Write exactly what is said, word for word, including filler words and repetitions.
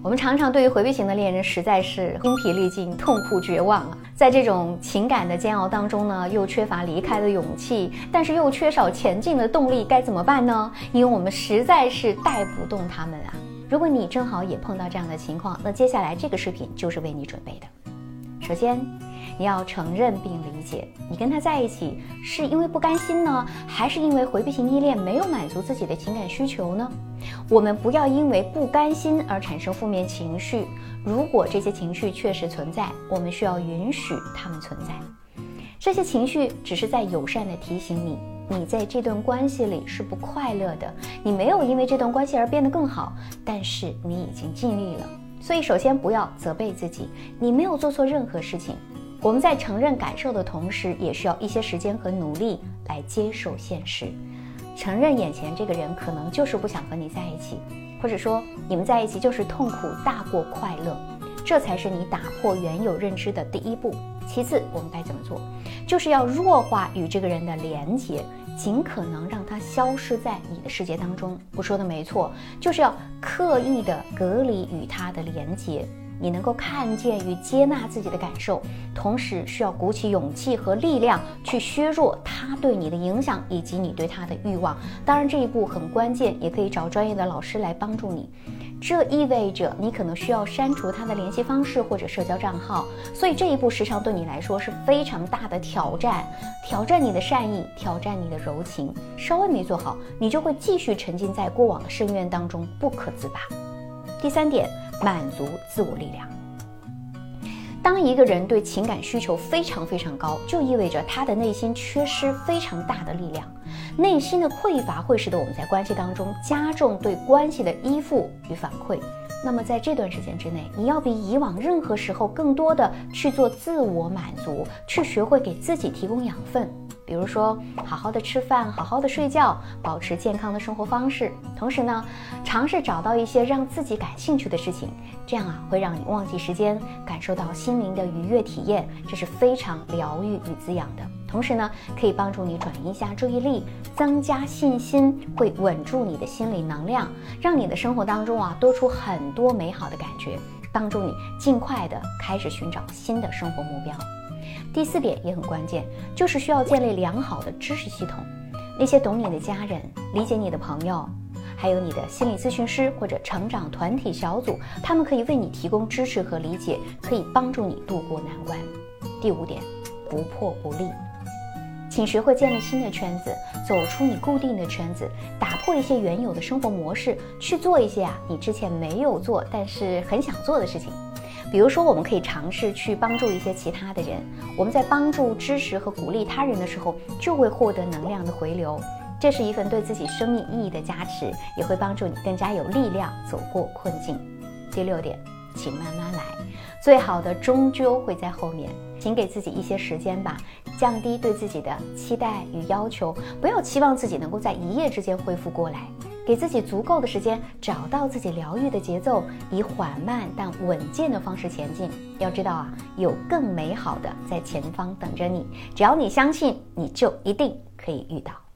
我们常常对于回避型的恋人实在是精疲力尽、痛苦绝望啊！在这种情感的煎熬当中呢，又缺乏离开的勇气，但是又缺少前进的动力，该怎么办呢？因为我们实在是带不动他们啊！如果你正好也碰到这样的情况，那接下来这个视频就是为你准备的。首先，你要承认并理解，你跟他在一起是因为不甘心呢，还是因为回避型依恋没有满足自己的情感需求呢？我们不要因为不甘心而产生负面情绪，如果这些情绪确实存在，我们需要允许它们存在。这些情绪只是在友善地提醒你，你在这段关系里是不快乐的，你没有因为这段关系而变得更好，但是你已经尽力了。所以首先不要责备自己，你没有做错任何事情。我们在承认感受的同时，也需要一些时间和努力来接受现实。承认眼前这个人可能就是不想和你在一起，或者说你们在一起就是痛苦大过快乐，这才是你打破原有认知的第一步。其次，我们该怎么做？就是要弱化与这个人的连结，尽可能让他消失在你的世界当中。我说的没错，就是要刻意的隔离与他的连结。你能够看见与接纳自己的感受，同时需要鼓起勇气和力量去削弱他对你的影响以及你对他的欲望。当然这一步很关键，也可以找专业的老师来帮助你。这意味着你可能需要删除他的联系方式或者社交账号，所以这一步时常对你来说是非常大的挑战，挑战你的善意，挑战你的柔情。稍微没做好，你就会继续沉浸在过往的深渊当中，不可自拔。第三点，满足自我力量。当一个人对情感需求非常非常高，就意味着他的内心缺失非常大的力量。内心的匮乏会使得我们在关系当中加重对关系的依附与反馈。那么在这段时间之内，你要比以往任何时候更多的去做自我满足，去学会给自己提供养分。比如说好好的吃饭，好好的睡觉，保持健康的生活方式，同时呢尝试找到一些让自己感兴趣的事情，这样啊会让你忘记时间，感受到心灵的愉悦体验，这是非常疗愈与滋养的。同时呢可以帮助你转移一下注意力，增加信心，会稳住你的心理能量，让你的生活当中啊多出很多美好的感觉，帮助你尽快的开始寻找新的生活目标。第四点也很关键，就是需要建立良好的知识系统。那些懂你的家人，理解你的朋友，还有你的心理咨询师或者成长团体小组，他们可以为你提供支持和理解，可以帮助你渡过难关。第五点，不破不立。请学会建立新的圈子，走出你固定的圈子，打破一些原有的生活模式，去做一些啊你之前没有做但是很想做的事情。比如说我们可以尝试去帮助一些其他的人，我们在帮助、支持和鼓励他人的时候，就会获得能量的回流，这是一份对自己生命意义的加持，也会帮助你更加有力量走过困境。第六点，请慢慢来，最好的终究会在后面，请给自己一些时间吧，降低对自己的期待与要求，不要期望自己能够在一夜之间恢复过来，给自己足够的时间，找到自己疗愈的节奏，以缓慢但稳健的方式前进。要知道啊，有更美好的在前方等着你，只要你相信，你就一定可以遇到。